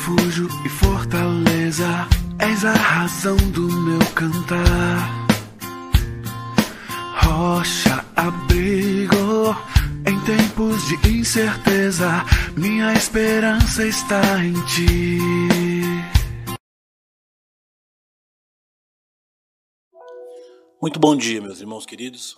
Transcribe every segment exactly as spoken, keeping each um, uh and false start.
refúgio e fortaleza, és a razão do meu cantar. Rocha, abrigo, em tempos de incerteza, minha esperança está em ti. Muito bom dia, meus irmãos queridos.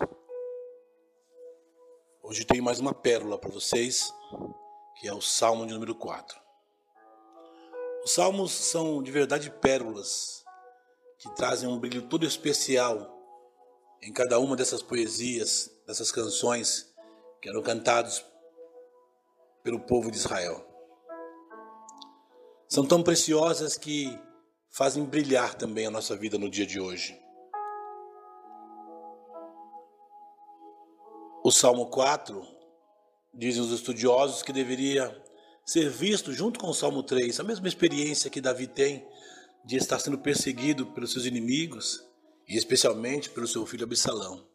Hoje tenho mais uma pérola para vocês, que é o Salmo de número quatro. Os salmos são de verdade pérolas, que trazem um brilho todo especial em cada uma dessas poesias, dessas canções que eram cantados pelo povo de Israel. São tão preciosas que fazem brilhar também a nossa vida no dia de hoje. O Salmo quatro, dizem os estudiosos, que deveria ser visto junto com o Salmo três, a mesma experiência que Davi tem de estar sendo perseguido pelos seus inimigos, e especialmente pelo seu filho Absalão.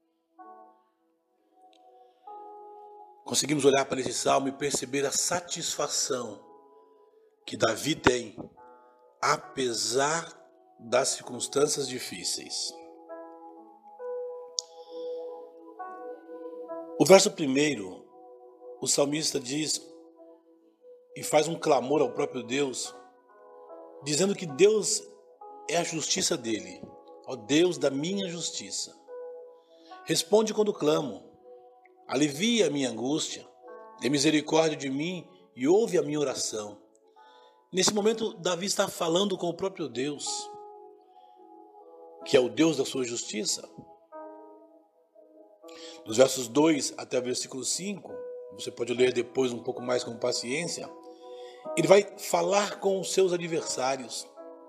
Conseguimos olhar para esse salmo e perceber a satisfação que Davi tem, apesar das circunstâncias difíceis. O verso primeiro, o salmista diz e faz um clamor ao próprio Deus, dizendo que Deus é a justiça dele, ó Deus da minha justiça. Responde quando clamo, alivia a minha angústia, tem misericórdia de mim e ouve a minha oração. Nesse momento, Davi está falando com o próprio Deus, que é o Deus da sua justiça. Dos versos dois até o versículo cinco, você pode ler depois um pouco mais com paciência, ele vai falar com os seus adversários.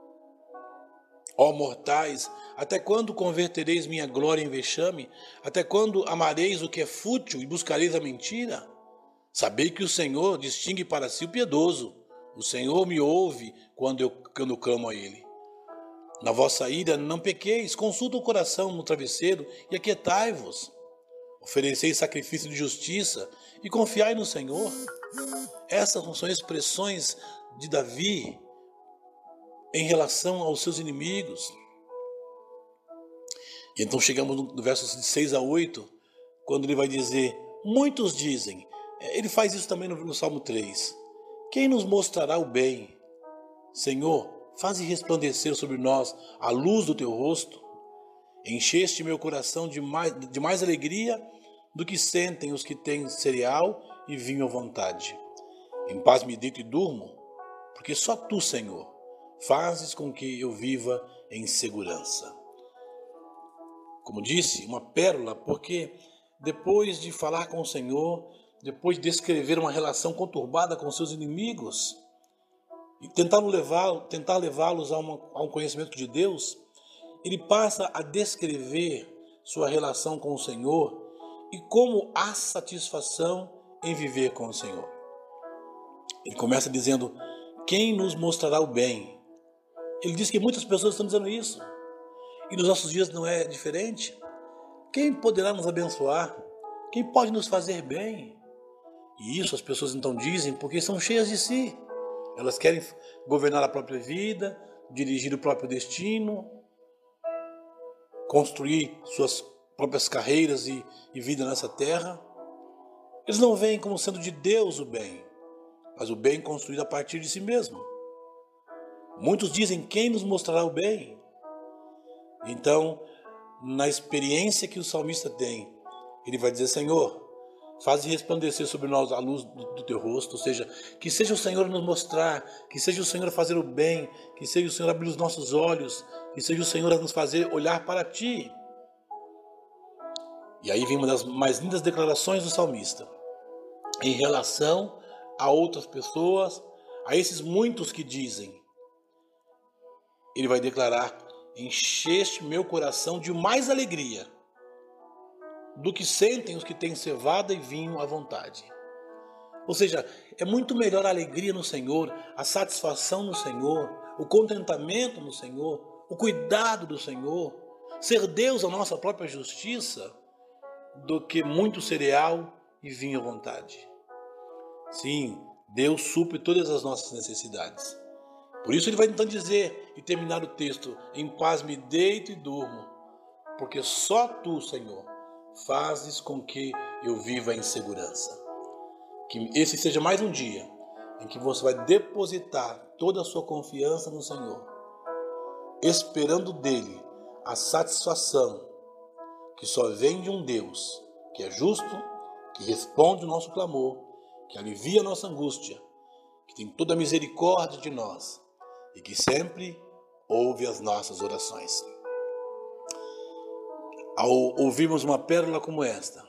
Ó mortais, até quando convertereis minha glória em vexame? Até quando amareis o que é fútil e buscareis a mentira? Sabei que o Senhor distingue para si o piedoso. O Senhor me ouve quando eu, quando eu clamo a Ele. Na vossa ira não pequeis, consulta o coração no travesseiro e aquietai-vos. Ofereceis sacrifício de justiça e confiai no Senhor. Essas são expressões de Davi em relação aos seus inimigos. E então chegamos no versos de seis a oito, quando ele vai dizer, muitos dizem, ele faz isso também no, no Salmo três, quem nos mostrará o bem? Senhor, faze resplandecer sobre nós a luz do teu rosto. Encheste meu coração de mais, de mais alegria do que sentem os que têm cereal e vinho à vontade. Em paz me deito e durmo, porque só tu, Senhor, fazes com que eu viva em segurança. Como disse, uma pérola, porque depois de falar com o Senhor, depois de descrever uma relação conturbada com seus inimigos, e tentar levá-los tentar levá-los a, uma, a um conhecimento de Deus, ele passa a descrever sua relação com o Senhor e como há satisfação em viver com o Senhor. Ele começa dizendo, quem nos mostrará o bem? Ele diz que muitas pessoas estão dizendo isso. E nos nossos dias não é diferente. Quem poderá nos abençoar? Quem pode nos fazer bem? E isso as pessoas então dizem porque são cheias de si. Elas querem governar a própria vida, dirigir o próprio destino, construir suas próprias carreiras e, e vida nessa terra. Eles não veem como sendo de Deus o bem, mas o bem construído a partir de si mesmo. Muitos dizem, quem nos mostrará o bem? Então, na experiência que o salmista tem, ele vai dizer, Senhor, faz resplandecer sobre nós a luz do, do teu rosto, ou seja, que seja o Senhor nos mostrar, que seja o Senhor fazer o bem, que seja o Senhor abrir os nossos olhos, que seja o Senhor a nos fazer olhar para ti. E aí vem uma das mais lindas declarações do salmista, em relação a outras pessoas, a esses muitos que dizem, ele vai declarar, encheste meu coração de mais alegria do que sentem os que têm cevada e vinho à vontade. Ou seja, é muito melhor a alegria no Senhor, a satisfação no Senhor, o contentamento no Senhor, o cuidado do Senhor, ser Deus a nossa própria justiça, do que muito cereal e vinho à vontade. Sim, Deus supre todas as nossas necessidades. Por isso ele vai então dizer e terminar o texto: em paz me deito e durmo, porque só tu, Senhor, fazes com que eu viva em segurança. Que esse seja mais um dia em que você vai depositar toda a sua confiança no Senhor, esperando dele a satisfação que só vem de um Deus que é justo, que responde o nosso clamor, que alivia a nossa angústia, que tem toda a misericórdia de nós e que sempre ouve as nossas orações. Ao ouvirmos uma pérola como esta,